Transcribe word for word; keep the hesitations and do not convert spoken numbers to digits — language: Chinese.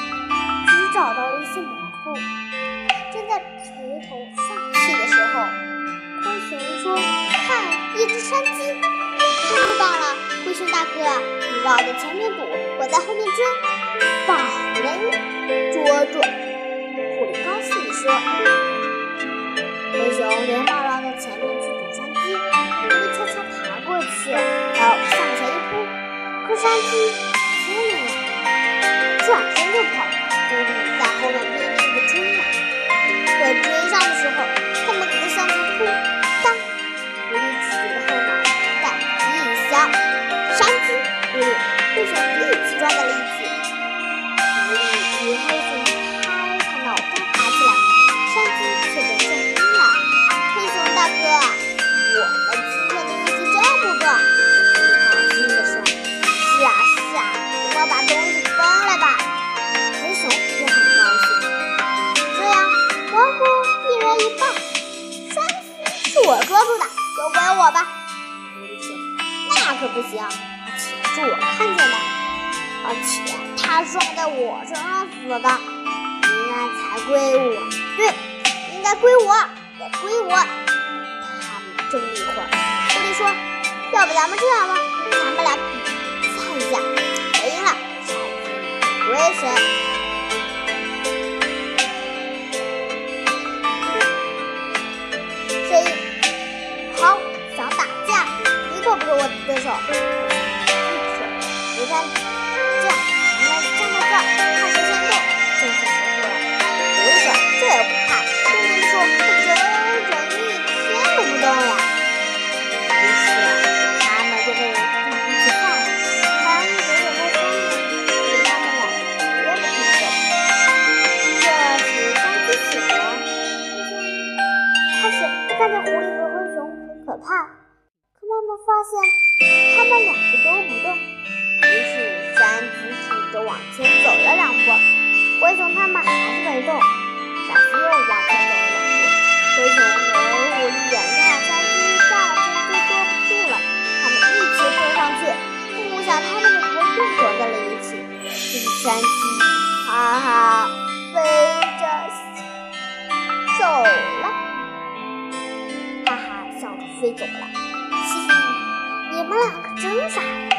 只找到了一些蘑菇。正在垂头丧气的时候，灰熊说：“看，一只山鸡！太棒了，灰熊大哥，你绕在前面躲，我在后面追，把能捉住。”狐狸高兴地说。灰熊连忙绕到前面去躲山鸡，狐狸悄悄爬过去，然后向前一扑，可山鸡听命了，转身就跑。狐狸在后面拼命地追呀，快追上的时候，他猛地向前扑，当！狐狸只觉得后脑袋一响，山鸡、狐狸、灰熊一起抓在了一起。狐狸与灰熊拍拍脑袋爬起来，山鸡却被震晕了。灰熊大哥，我们今天的运气真不错。狐狸高兴地说：“是啊是啊，我把东西分了吧。”灰熊也很高兴。这样，蘑菇一人一半，山鸡是我捉住的，就归我吧。狐狸说：“那可不行，而且是我看见的，而且它撞在我身上死的，应该才归我。对，应该归我，也归我。”他们争了一会儿，狐狸说：“要不咱们这样吧，咱们俩比赛一下，谁赢了，山鸡归谁。”谁好想打架，你可不是我的对手。你看，这样，我们站在这儿，看谁先动，就是谁赢了。狐狸说：“这也不怕，对面的时候我整整一天都不动呀。”于是他们就被人第一次放了，他们躲躲在山里，给他们俩别的听着。这时山鸡醒了，开始看见狐狸和灰熊很可怕，可慢慢发现他们两个都不动。于是山鸡杵着往前走了两步，灰熊他们还是没动。山鸡又往前走了两步，灰熊和狐狸眼看山鸡上去就捉不住了，他们一起扑上去，不想他们的头又撞在了一起。这只山鸡哈哈飞着走了，哈哈笑着飞走了。嘻嘻，你们两个真傻呀！